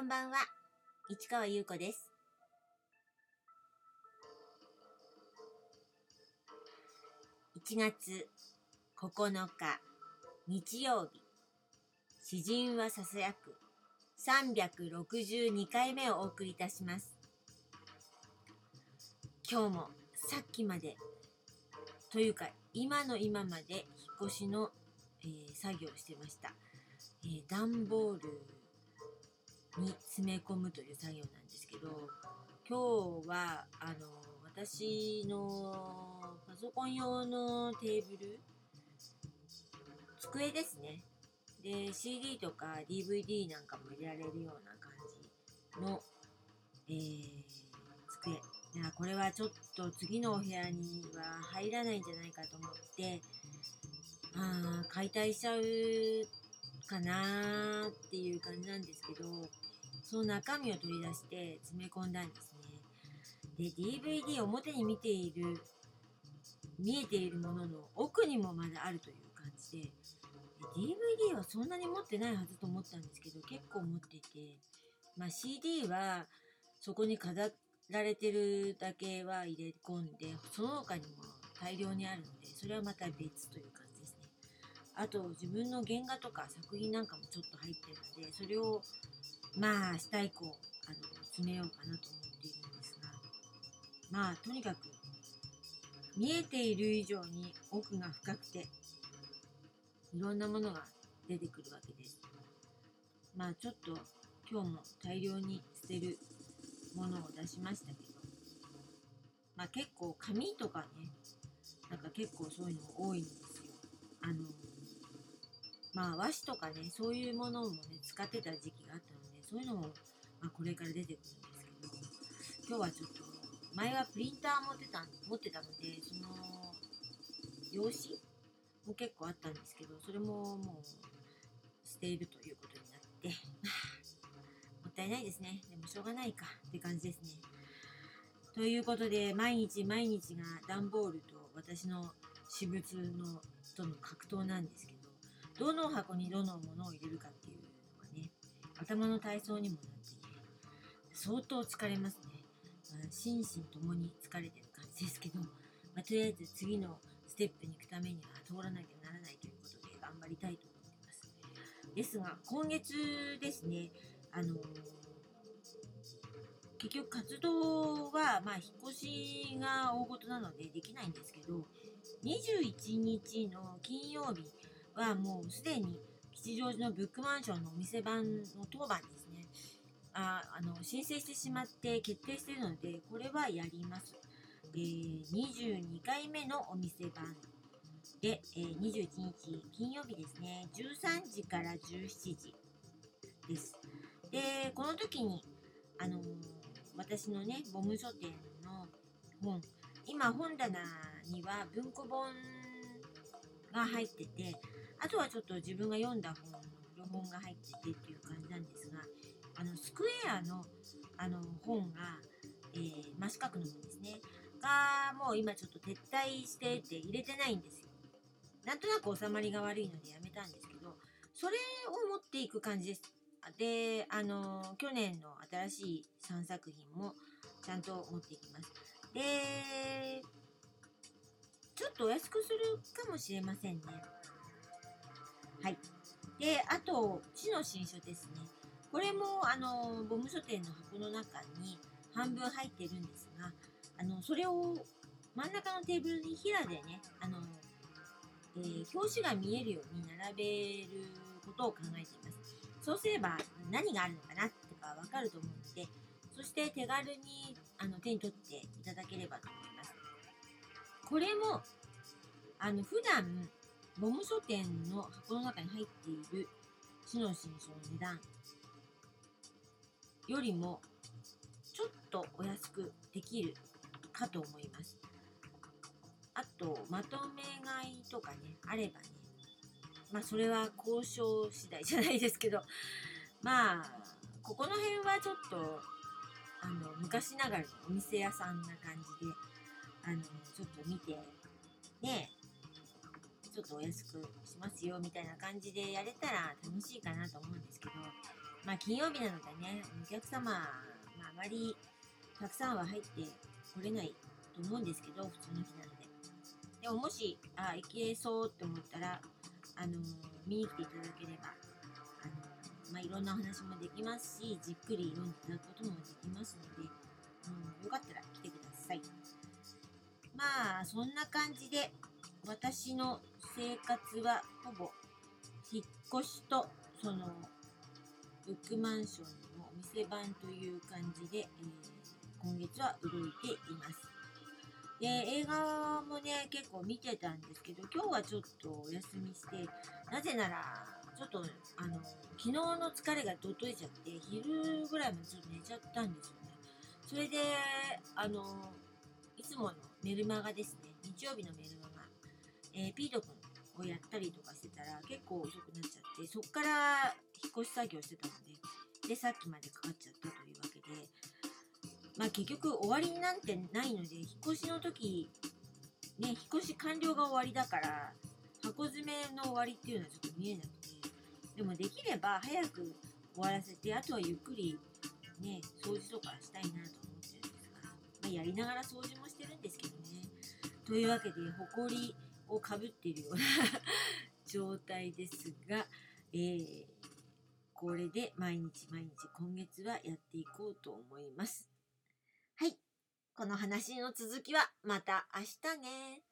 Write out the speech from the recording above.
こんばんは、市川優子です。1月9日日曜日、詩人はささやく362回目をお送りいたします。今日もさっきまでというか今まで引っ越しの、作業をしてました。段ボールに詰め込むという作業なんですけど、今日は私のパソコン用のテーブル、机ですね。で CD とか DVD なんかも入れられるような感じの、机。いや、これはちょっと次のお部屋には入らないんじゃないかと思って解体しちゃうかなっていう感じなんですけど、その中身を取り出して詰め込んだんですね。で DVD 表に見えているものの奥にもまだあるという感じで、DVD はそんなに持ってないはずと思ったんですけど、結構持っていて、CD はそこに飾られてるだけは入れ込んで、その他にも大量にあるので、それはまた別という感じですね。あと自分の原画とか作品なんかもちょっと入ってるので、それを明日以降詰めようかなと思っているんですが、とにかく見えている以上に奥が深くていろんなものが出てくるわけです。ちょっと今日も大量に捨てるものを出しましたけど、結構紙とかね、なんか結構そういうのも多いんですよ。和紙とかね、そういうものもね使ってた時期があったので、そういうのもこれから出てくるんですけど、今日はちょっと前はプリンター持ってたので、その用紙も結構あったんですけど、それももう捨てるということになってもったいないですね。でもしょうがないかって感じですね。ということで毎日が段ボールと私の私物のとの格闘なんですけど、どの箱にどのものを入れるかっていうのがね、頭の体操にもなってね、相当疲れますね。心身ともに疲れてる感じですけど、とりあえず次のステップに行くためには通らなきゃならないということで頑張りたいと思っています。ですが今月ですね、結局活動は引っ越しが大事なのでできないんですけど、21日の金曜日はもうすでに吉祥寺のブックマンションのお店番の当番ですね、申請してしまって決定しているので、これはやります。22回目のお店番で、21日金曜日ですね、13時から17時です。でこの時に私のねボム書店の本、今本棚には文庫本が入ってて、あとはちょっと自分が読んだ本の古本が入っててっていう感じなんですが、スクエアの本が、真四角の本ですねがもう今ちょっと撤退してて入れてないんですよ。なんとなく収まりが悪いのでやめたんですけど、それを持っていく感じです。で去年の新しい3作品もちゃんと持っていきます。でちょっとお安くするかもしれませんね。はい。であと知の新書ですね。これもボム書店の箱の中に半分入ってるんですが、それを真ん中のテーブルに平でね、表紙が見えるように並べることを考えています。そうすれば何があるのかなとか分かると思うので、そして手軽に手に取っていただければと思います。これも普段ボム書店の箱の中に入っている知の新書の値段よりもちょっとお安くできるかと思います。あとまとめ買いとかねあればね、それは交渉次第じゃないですけど、ここの辺はちょっと昔ながらのお店屋さんな感じでちょっと見てね、ちょっとお安くしますよみたいな感じでやれたら楽しいかなと思うんですけど、 まあ金曜日なのでね、お客様、あまりたくさんは入ってこれないと思うんですけど、普通の日なので。でももし、行けそうって思ったら、見に来ていただければ、いろんなお話もできますし、じっくり読んでいただくこともできますので、よかったら来てください。まあ、そんな感じで、私の生活はほぼ引っ越しと、ブックマンションのお店番という感じで、今月は動いています。で、映画もね、結構見てたんですけど、今日はちょっとお休みして、なぜなら、ちょっと、昨日の疲れがどっといちゃって、昼ぐらいまでちょっと寝ちゃったんですよね。それで、いつものメルマガですね、日曜日のメルマガ、ピート君をやったりとかしてたら、結構遅くなっちゃって、そっから引っ越し作業してたので、さっきまでかかっちゃったというわけで、結局終わりなんてないので、引っ越しの時ね、引っ越し完了が終わりだから箱詰めの終わりっていうのはちょっと見えなくて、でもできれば早く終わらせて、あとはゆっくりね掃除とかしたいなと思ってるんですが、やりながら掃除もしてるんですけどね。というわけでほこりをかぶっているような状態ですが、これで毎日今月はやっていこうと思います。はい。この話の続きはまた明日ね。